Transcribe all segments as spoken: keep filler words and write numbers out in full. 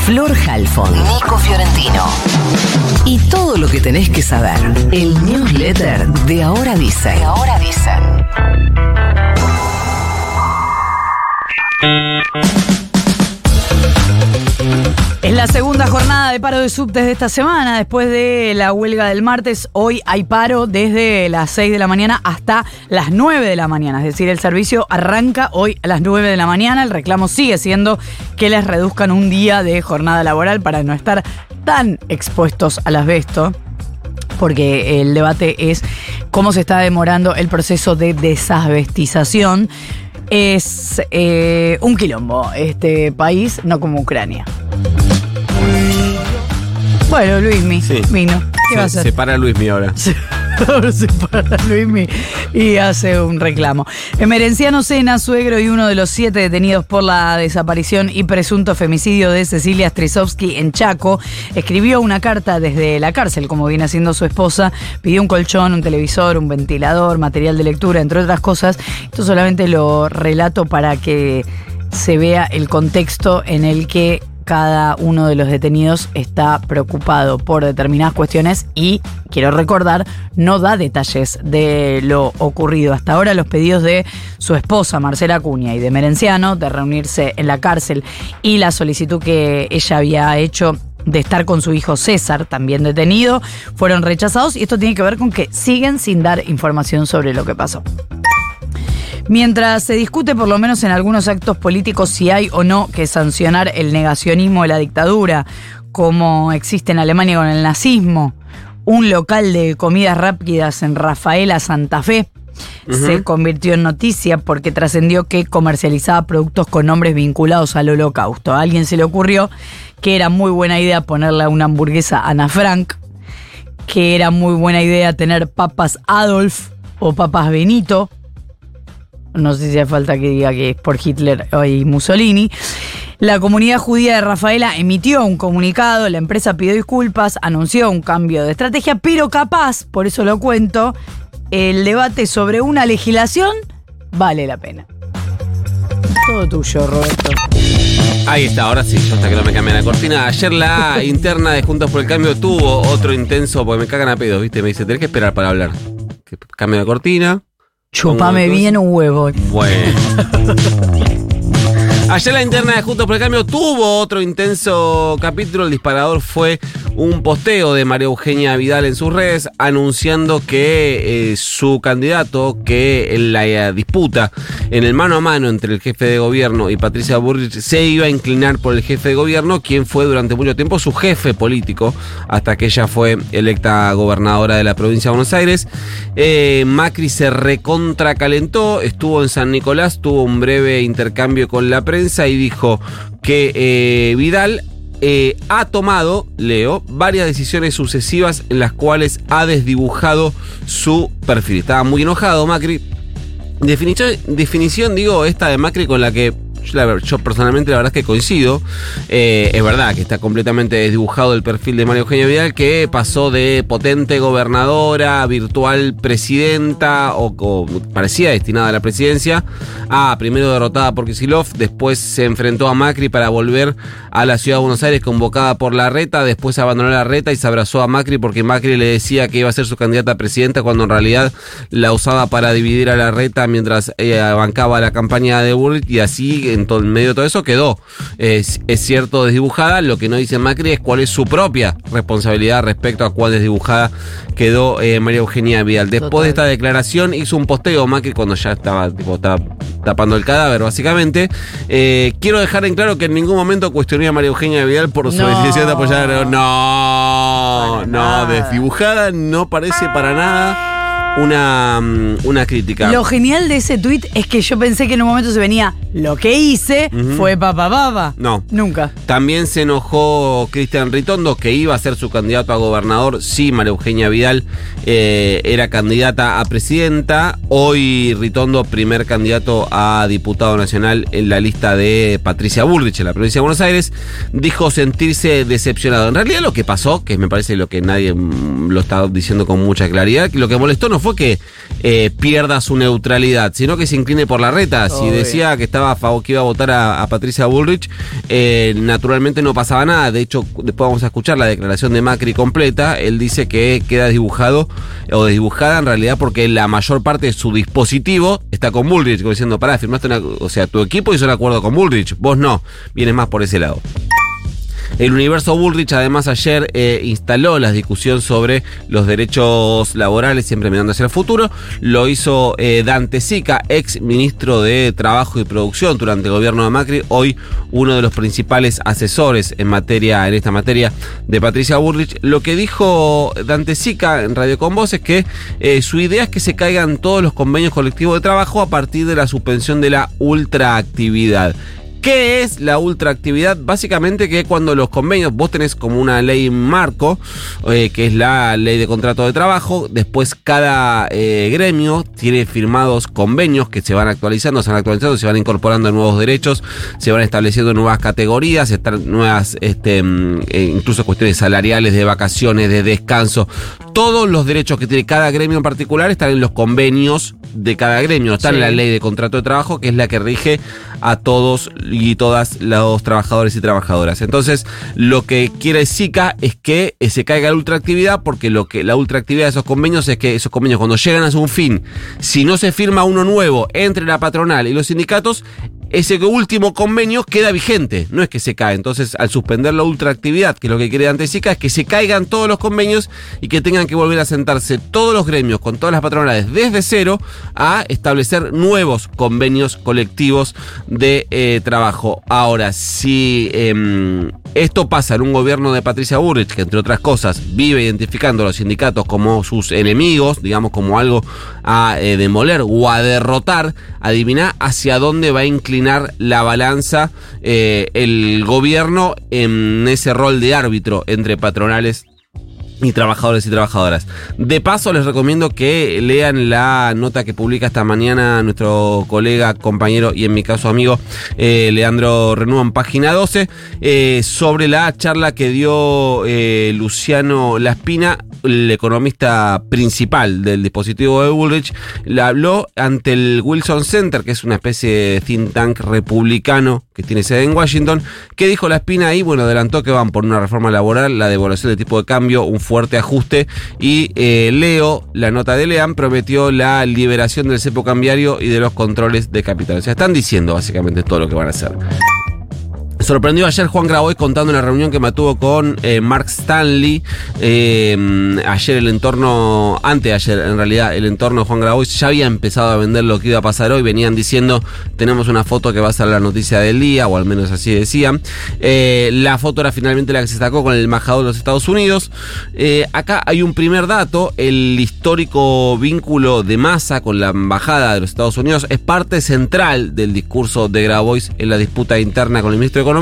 Flor Halfon, Nico Fiorentino. Y todo lo que tenés que saber. El newsletter de Ahora Dicen. De Ahora Dicen. Es la segunda jornada de paro de subtes de esta semana. Después de la huelga del martes, hoy hay paro desde las seis de la mañana hasta las nueve de la mañana. Es decir, el servicio arranca hoy a las nueve de la mañana. El reclamo sigue siendo que les reduzcan un día de jornada laboral para no estar tan expuestos al asbesto, porque el debate es cómo se está demorando el proceso de desasbestización. Es eh, un quilombo este país, no como Ucrania. Bueno, Luismi sí. vino. ¿Qué va a hacer? Se para Luismi ahora. Ahora se para Luismi y hace un reclamo. Emerenciano Sena, suegro y uno de los siete detenidos por la desaparición y presunto femicidio de Cecilia Strisovsky en Chaco, escribió una carta desde la cárcel, como viene haciendo su esposa. Pidió un colchón, un televisor, un ventilador, material de lectura, entre otras cosas. Esto solamente lo relato para que se vea el contexto en el que cada uno de los detenidos está preocupado por determinadas cuestiones y, quiero recordar, no da detalles de lo ocurrido. Hasta ahora los pedidos de su esposa, Marcela Acuña, y de Emerenciano de reunirse en la cárcel y la solicitud que ella había hecho de estar con su hijo César, también detenido, fueron rechazados, y esto tiene que ver con que siguen sin dar información sobre lo que pasó. Mientras se discute, por lo menos en algunos actos políticos, si hay o no que sancionar el negacionismo de la dictadura, como existe en Alemania con el nazismo, un local de comidas rápidas en Rafaela, Santa Fe, uh-huh. se convirtió en noticia porque trascendió que comercializaba productos con nombres vinculados al Holocausto. A alguien se le ocurrió que era muy buena idea ponerle a una hamburguesa Ana Frank, que era muy buena idea tener papas Adolf o papas Benito. No sé si hace falta que diga que es por Hitler y Mussolini. La comunidad judía de Rafaela emitió un comunicado, la empresa pidió disculpas, anunció un cambio de estrategia, pero capaz, por eso lo cuento, el debate sobre una legislación vale la pena. Todo tuyo, Roberto. Ahí está, ahora sí, yo hasta que no me cambie la cortina. Ayer la interna de Juntos por el Cambio tuvo otro intenso, porque me cagan a pedos, ¿viste? Me dice, tenés que esperar para hablar. Que cambie la cortina. Chupame bien un huevo. Bueno. Ayer la interna de Juntos por el Cambio tuvo otro intenso capítulo. El disparador fue un posteo de María Eugenia Vidal en sus redes anunciando que eh, su candidato, que en la eh, disputa en el mano a mano entre el jefe de gobierno y Patricia Bullrich, se iba a inclinar por el jefe de gobierno, quien fue durante mucho tiempo su jefe político, hasta que ella fue electa gobernadora de la provincia de Buenos Aires. Eh, Macri se recontracalentó, estuvo en San Nicolás, tuvo un breve intercambio con la prensa y dijo que eh, Vidal eh, ha tomado, leo, varias decisiones sucesivas en las cuales ha desdibujado su perfil. Estaba muy enojado Macri. Definición, definición digo, esta de Macri con la que yo, yo personalmente la verdad es que coincido. Eh, es verdad que está completamente desdibujado el perfil de María Eugenia Vidal, que pasó de potente gobernadora, virtual presidenta o, o parecía destinada a la presidencia, a primero derrotada por Kicillof, después se enfrentó a Macri para volver a la ciudad de Buenos Aires convocada por Larreta, después abandonó Larreta y se abrazó a Macri porque Macri le decía que iba a ser su candidata a presidenta cuando en realidad la usaba para dividir a Larreta mientras eh, bancaba la campaña de Bullrich, y así en, todo, en medio de todo eso quedó. Es, es cierto, desdibujada. Lo que no dice Macri es cuál es su propia responsabilidad respecto a cuál desdibujada quedó eh, María Eugenia Vidal. Después Total. de esta declaración hizo un posteo Macri cuando ya estaba, tipo, estaba tapando el cadáver, básicamente. Eh, quiero dejar en claro que en ningún momento cuestioné a María Eugenia Vidal por su no. decisión de apoyar. No, no, desdibujada no parece para nada una, una crítica. Lo genial de ese tuit es que yo pensé que en un momento se venía, lo que hice uh-huh. fue papá papa. No. Nunca. También se enojó Cristian Ritondo, que iba a ser su candidato a gobernador. Sí, María Eugenia Vidal eh, era candidata a presidenta. Hoy Ritondo, primer candidato a diputado nacional en la lista de Patricia Bullrich en la provincia de Buenos Aires, dijo sentirse decepcionado. En realidad lo que pasó, que me parece lo que nadie lo está diciendo con mucha claridad, que lo que molestó no fue fue que eh, pierda su neutralidad, sino que se incline por la reta. Si decía que estaba a favor, que iba a votar a, a Patricia Bullrich, eh, naturalmente no pasaba nada. De hecho, después vamos a escuchar la declaración de Macri completa. Él dice que queda dibujado o desdibujada en realidad porque la mayor parte de su dispositivo está con Bullrich, como diciendo, pará, firmaste una, o sea, tu equipo hizo un acuerdo con Bullrich, vos no, vienes más por ese lado. El Universo Bullrich además ayer eh, instaló la discusión sobre los derechos laborales, siempre mirando hacia el futuro. Lo hizo eh, Dante Sica, ex ministro de Trabajo y Producción durante el gobierno de Macri, hoy uno de los principales asesores en materia, en esta materia de Patricia Bullrich. Lo que dijo Dante Sica en Radio Con Voz es que eh, su idea es que se caigan todos los convenios colectivos de trabajo a partir de la suspensión de la ultraactividad. ¿Qué es la ultraactividad? Básicamente que cuando los convenios, vos tenés como una ley marco, eh, que es la ley de contrato de trabajo, después cada eh, gremio tiene firmados convenios que se van actualizando, se van actualizando, se van incorporando nuevos derechos, se van estableciendo nuevas categorías, están nuevas, este, eh, incluso cuestiones salariales, de vacaciones, de descanso. Todos los derechos que tiene cada gremio en particular están en los convenios de cada gremio, está sí. en la ley de contrato de trabajo, que es la que rige a todos y todas los trabajadores y trabajadoras. Entonces, lo que quiere Sica es que se caiga la ultraactividad, porque lo que la ultraactividad de esos convenios es que esos convenios, cuando llegan a su fin, si no se firma uno nuevo entre la patronal y los sindicatos, ese último convenio queda vigente, no es que se cae. Entonces, al suspender la ultraactividad, que es lo que quiere Dante Sica, es que se caigan todos los convenios y que tengan que volver a sentarse todos los gremios con todas las patronales desde cero a establecer nuevos convenios colectivos de eh, trabajo. Ahora, si eh, esto pasa en un gobierno de Patricia Bullrich, que entre otras cosas vive identificando a los sindicatos como sus enemigos, digamos como algo a eh, demoler o a derrotar, adivina hacia dónde va a inclinar la balanza eh, el gobierno en ese rol de árbitro entre patronales y trabajadores y trabajadoras. De paso, les recomiendo que lean la nota que publica esta mañana nuestro colega, compañero y en mi caso amigo eh, Leandro Renú en Página doce eh, sobre la charla que dio eh, Luciano Laspina, el economista principal del dispositivo de Bullrich. Le habló ante el Wilson Center, que es una especie de think tank republicano que tiene sede en Washington. ¿Qué dijo Laspina ahí? Bueno, adelantó que van por una reforma laboral, la devaluación de tipo de cambio, un fuerte ajuste, y eh, Leo, la nota de Lean, prometió la liberación del cepo cambiario y de los controles de capital. O sea, están diciendo básicamente todo lo que van a hacer. Sorprendió ayer Juan Grabois contando una reunión que mantuvo con eh, Mark Stanley. Eh, ayer el entorno, anteayer en realidad, el entorno de Juan Grabois ya había empezado a vender lo que iba a pasar hoy. Venían diciendo, tenemos una foto que va a ser la noticia del día, o al menos así decían. Eh, la foto era finalmente la que se sacó con el embajador de los Estados Unidos. Eh, acá hay un primer dato: el histórico vínculo de Massa con la embajada de los Estados Unidos es parte central del discurso de Grabois en la disputa interna con el ministro de Economía.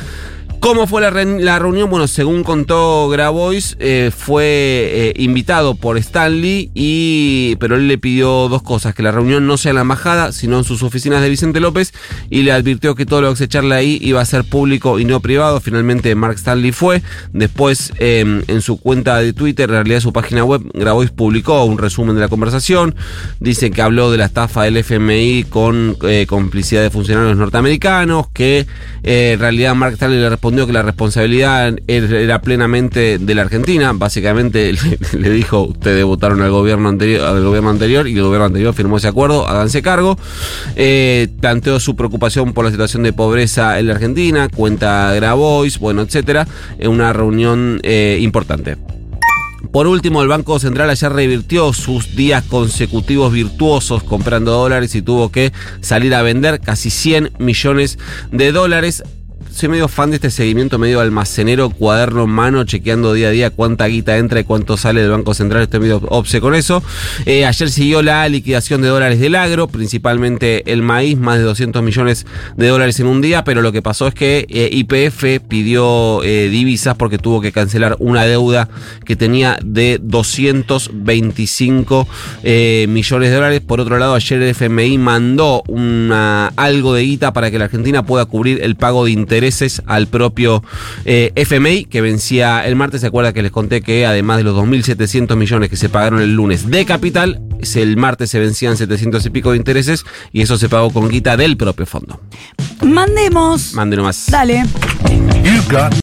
¿Cómo fue la, re- la reunión? Bueno, según contó Grabois, eh, fue eh, invitado por Stanley, y pero él le pidió dos cosas: que la reunión no sea en la embajada, sino en sus oficinas de Vicente López, y le advirtió que todo lo que se charla ahí iba a ser público y no privado. Finalmente Mark Stanley fue. Después, eh, en su cuenta de Twitter, en realidad su página web, Grabois publicó un resumen de la conversación. Dice que habló de la estafa del F M I con eh, complicidad de funcionarios norteamericanos, que eh, en realidad Mark Stanley le respondió que la responsabilidad era plenamente de la Argentina. Básicamente le, le dijo: ustedes votaron al gobierno anterior, al gobierno anterior y el gobierno anterior firmó ese acuerdo, háganse cargo. Eh, planteó su preocupación por la situación de pobreza en la Argentina, cuenta Grabois, bueno, etcétera. En una reunión eh, importante. Por último, el Banco Central ayer revirtió sus días consecutivos virtuosos comprando dólares y tuvo que salir a vender casi cien millones de dólares. Soy medio fan de este seguimiento medio almacenero, cuaderno en mano, chequeando día a día cuánta guita entra y cuánto sale del Banco Central. Estoy medio obse con eso. Eh, ayer siguió la liquidación de dólares del agro, principalmente el maíz, más de doscientos millones de dólares en un día, pero lo que pasó es que eh, Y P F pidió eh, divisas porque tuvo que cancelar una deuda que tenía de doscientos veinticinco eh, millones de dólares. Por otro lado, ayer el F M I mandó una, algo de guita para que la Argentina pueda cubrir el pago de interés intereses al propio eh, F M I, que vencía el martes. ¿Se acuerda que les conté que además de los dos mil setecientos millones que se pagaron el lunes de capital, el martes se vencían setecientos y pico de intereses, y eso se pagó con guita del propio fondo? Mandemos. Mande nomás. Dale.